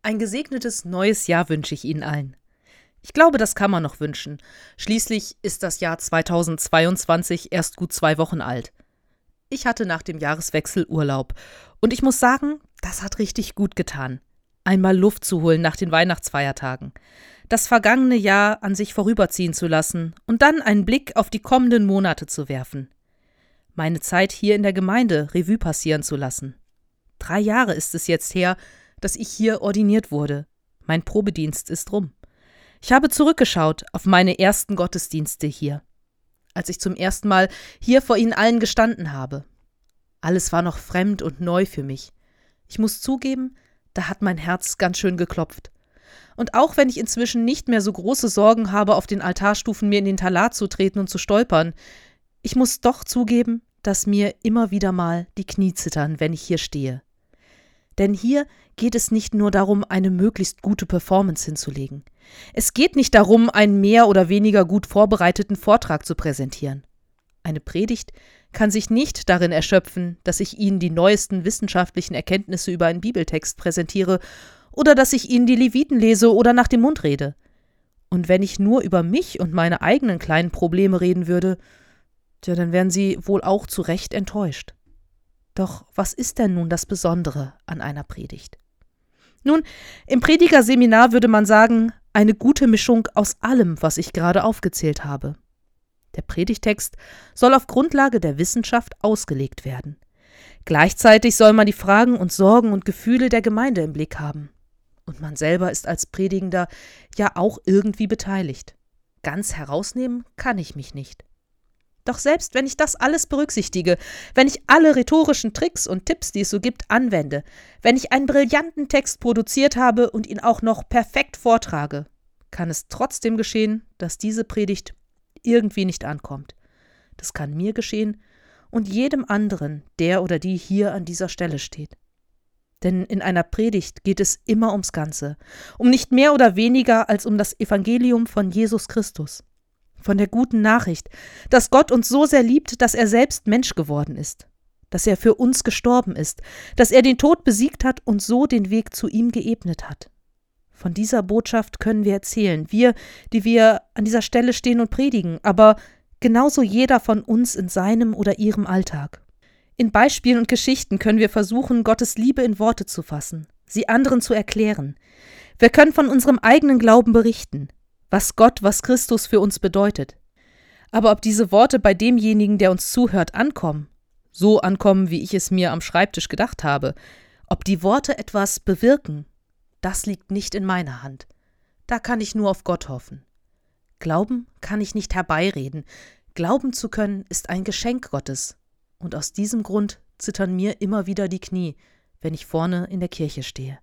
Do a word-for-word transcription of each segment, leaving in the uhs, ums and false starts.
Ein gesegnetes neues Jahr wünsche ich Ihnen allen. Ich glaube, das kann man noch wünschen. Schließlich ist das Jahr zweitausendzweiundzwanzig erst gut zwei Wochen alt. Ich hatte nach dem Jahreswechsel Urlaub und ich muss sagen, das hat richtig gut getan. Einmal Luft zu holen nach den Weihnachtsfeiertagen, das vergangene Jahr an sich vorüberziehen zu lassen und dann einen Blick auf die kommenden Monate zu werfen. Meine Zeit hier in der Gemeinde Revue passieren zu lassen. Drei Jahre ist es jetzt her, dass ich hier ordiniert wurde. Mein Probedienst ist rum. Ich habe zurückgeschaut auf meine ersten Gottesdienste hier, als ich zum ersten Mal hier vor Ihnen allen gestanden habe. Alles war noch fremd und neu für mich. Ich muss zugeben, da hat mein Herz ganz schön geklopft. Und auch wenn ich inzwischen nicht mehr so große Sorgen habe, auf den Altarstufen mir in den Talar zu treten und zu stolpern, ich muss doch zugeben, dass mir immer wieder mal die Knie zittern, wenn ich hier stehe. Denn hier geht es nicht nur darum, eine möglichst gute Performance hinzulegen. Es geht nicht darum, einen mehr oder weniger gut vorbereiteten Vortrag zu präsentieren. Eine Predigt kann sich nicht darin erschöpfen, dass ich Ihnen die neuesten wissenschaftlichen Erkenntnisse über einen Bibeltext präsentiere oder dass ich Ihnen die Leviten lese oder nach dem Mund rede. Und wenn ich nur über mich und meine eigenen kleinen Probleme reden würde, tja, dann wären Sie wohl auch zu Recht enttäuscht. Doch was ist denn nun das Besondere an einer Predigt? Nun, im Predigerseminar würde man sagen, eine gute Mischung aus allem, was ich gerade aufgezählt habe. Der Predigtext soll auf Grundlage der Wissenschaft ausgelegt werden. Gleichzeitig soll man die Fragen und Sorgen und Gefühle der Gemeinde im Blick haben. Und man selber ist als Predigender ja auch irgendwie beteiligt. Ganz herausnehmen kann ich mich nicht. Doch selbst wenn ich das alles berücksichtige, wenn ich alle rhetorischen Tricks und Tipps, die es so gibt, anwende, wenn ich einen brillanten Text produziert habe und ihn auch noch perfekt vortrage, kann es trotzdem geschehen, dass diese Predigt irgendwie nicht ankommt. Das kann mir geschehen und jedem anderen, der oder die hier an dieser Stelle steht. Denn in einer Predigt geht es immer ums Ganze, um nicht mehr oder weniger als um das Evangelium von Jesus Christus. Von der guten Nachricht, dass Gott uns so sehr liebt, dass er selbst Mensch geworden ist, dass er für uns gestorben ist, dass er den Tod besiegt hat und so den Weg zu ihm geebnet hat. Von dieser Botschaft können wir erzählen, wir, die wir an dieser Stelle stehen und predigen, aber genauso jeder von uns in seinem oder ihrem Alltag. In Beispielen und Geschichten können wir versuchen, Gottes Liebe in Worte zu fassen, sie anderen zu erklären. Wir können von unserem eigenen Glauben berichten, was Gott, was Christus für uns bedeutet. Aber ob diese Worte bei demjenigen, der uns zuhört, ankommen, so ankommen, wie ich es mir am Schreibtisch gedacht habe, ob die Worte etwas bewirken, das liegt nicht in meiner Hand. Da kann ich nur auf Gott hoffen. Glauben kann ich nicht herbeireden. Glauben zu können ist ein Geschenk Gottes. Und aus diesem Grund zittern mir immer wieder die Knie, wenn ich vorne in der Kirche stehe.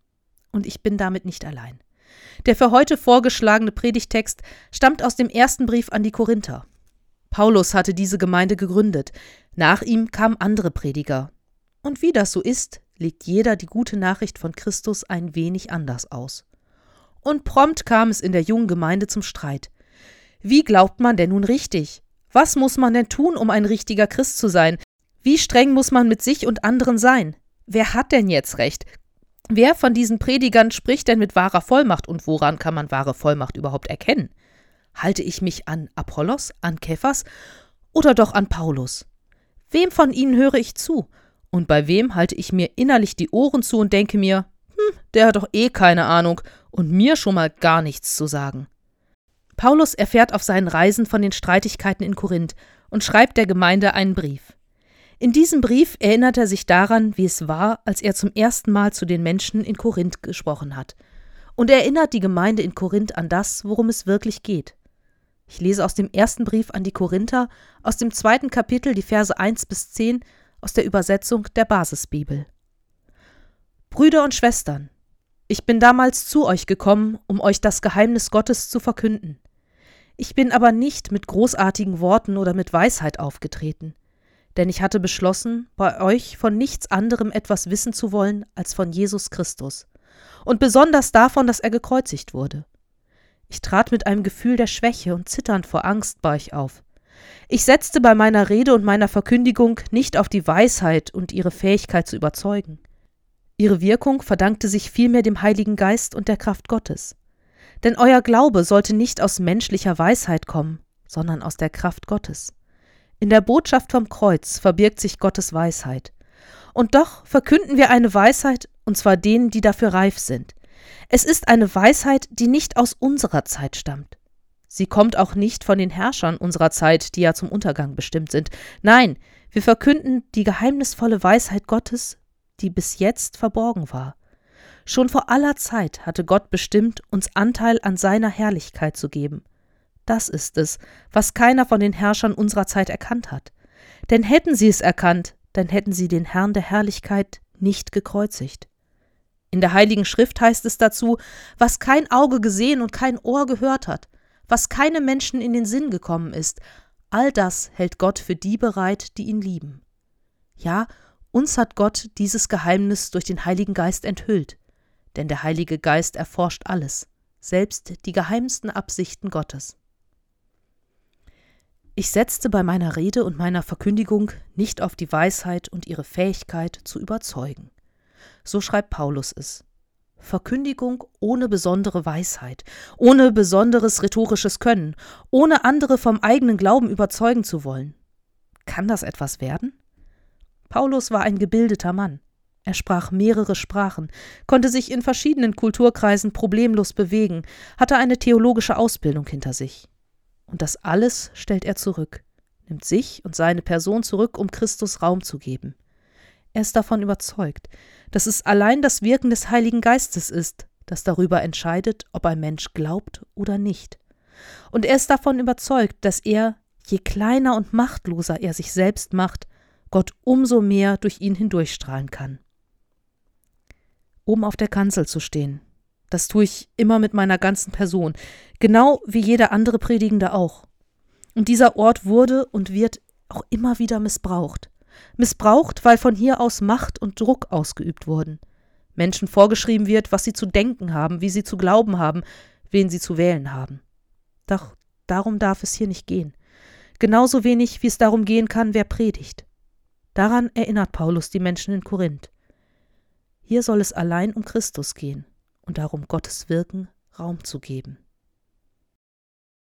Und ich bin damit nicht allein. Der für heute vorgeschlagene Predigtext stammt aus dem ersten Brief an die Korinther. Paulus hatte diese Gemeinde gegründet. Nach ihm kamen andere Prediger. Und wie das so ist, legt jeder die gute Nachricht von Christus ein wenig anders aus. Und prompt kam es in der jungen Gemeinde zum Streit. Wie glaubt man denn nun richtig? Was muss man denn tun, um ein richtiger Christ zu sein? Wie streng muss man mit sich und anderen sein? Wer hat denn jetzt recht? Wer von diesen Predigern spricht denn mit wahrer Vollmacht und woran kann man wahre Vollmacht überhaupt erkennen? Halte ich mich an Apollos, an Kephas oder doch an Paulus? Wem von ihnen höre ich zu? Und bei wem halte ich mir innerlich die Ohren zu und denke mir, hm, der hat doch eh keine Ahnung und mir schon mal gar nichts zu sagen? Paulus erfährt auf seinen Reisen von den Streitigkeiten in Korinth und schreibt der Gemeinde einen Brief. In diesem Brief erinnert er sich daran, wie es war, als er zum ersten Mal zu den Menschen in Korinth gesprochen hat. Und er erinnert die Gemeinde in Korinth an das, worum es wirklich geht. Ich lese aus dem ersten Brief an die Korinther, aus dem zweiten Kapitel die Verse eins bis zehn, aus der Übersetzung der Basisbibel. Brüder und Schwestern, ich bin damals zu euch gekommen, um euch das Geheimnis Gottes zu verkünden. Ich bin aber nicht mit großartigen Worten oder mit Weisheit aufgetreten. Denn ich hatte beschlossen, bei euch von nichts anderem etwas wissen zu wollen als von Jesus Christus und besonders davon, dass er gekreuzigt wurde. Ich trat mit einem Gefühl der Schwäche und zitternd vor Angst bei euch auf. Ich setzte bei meiner Rede und meiner Verkündigung nicht auf die Weisheit und ihre Fähigkeit zu überzeugen. Ihre Wirkung verdankte sich vielmehr dem Heiligen Geist und der Kraft Gottes. Denn euer Glaube sollte nicht aus menschlicher Weisheit kommen, sondern aus der Kraft Gottes. In der Botschaft vom Kreuz verbirgt sich Gottes Weisheit. Und doch verkünden wir eine Weisheit, und zwar denen, die dafür reif sind. Es ist eine Weisheit, die nicht aus unserer Zeit stammt. Sie kommt auch nicht von den Herrschern unserer Zeit, die ja zum Untergang bestimmt sind. Nein, wir verkünden die geheimnisvolle Weisheit Gottes, die bis jetzt verborgen war. Schon vor aller Zeit hatte Gott bestimmt, uns Anteil an seiner Herrlichkeit zu geben. Das ist es, was keiner von den Herrschern unserer Zeit erkannt hat. Denn hätten sie es erkannt, dann hätten sie den Herrn der Herrlichkeit nicht gekreuzigt. In der Heiligen Schrift heißt es dazu, was kein Auge gesehen und kein Ohr gehört hat, was keinem Menschen in den Sinn gekommen ist, all das hält Gott für die bereit, die ihn lieben. Ja, uns hat Gott dieses Geheimnis durch den Heiligen Geist enthüllt, denn der Heilige Geist erforscht alles, selbst die geheimsten Absichten Gottes. Ich setzte bei meiner Rede und meiner Verkündigung nicht auf die Weisheit und ihre Fähigkeit zu überzeugen. So schreibt Paulus es. Verkündigung ohne besondere Weisheit, ohne besonderes rhetorisches Können, ohne andere vom eigenen Glauben überzeugen zu wollen. Kann das etwas werden? Paulus war ein gebildeter Mann. Er sprach mehrere Sprachen, konnte sich in verschiedenen Kulturkreisen problemlos bewegen, hatte eine theologische Ausbildung hinter sich. Und das alles stellt er zurück, nimmt sich und seine Person zurück, um Christus Raum zu geben. Er ist davon überzeugt, dass es allein das Wirken des Heiligen Geistes ist, das darüber entscheidet, ob ein Mensch glaubt oder nicht. Und er ist davon überzeugt, dass er, je kleiner und machtloser er sich selbst macht, Gott umso mehr durch ihn hindurchstrahlen kann. Oben auf der Kanzel zu stehen, das tue ich immer mit meiner ganzen Person, genau wie jeder andere Predigende auch. Und dieser Ort wurde und wird auch immer wieder missbraucht. Missbraucht, weil von hier aus Macht und Druck ausgeübt wurden. Menschen vorgeschrieben wird, was sie zu denken haben, wie sie zu glauben haben, wen sie zu wählen haben. Doch darum darf es hier nicht gehen. Genauso wenig, wie es darum gehen kann, wer predigt. Daran erinnert Paulus die Menschen in Korinth. Hier soll es allein um Christus gehen und darum, Gottes Wirken Raum zu geben.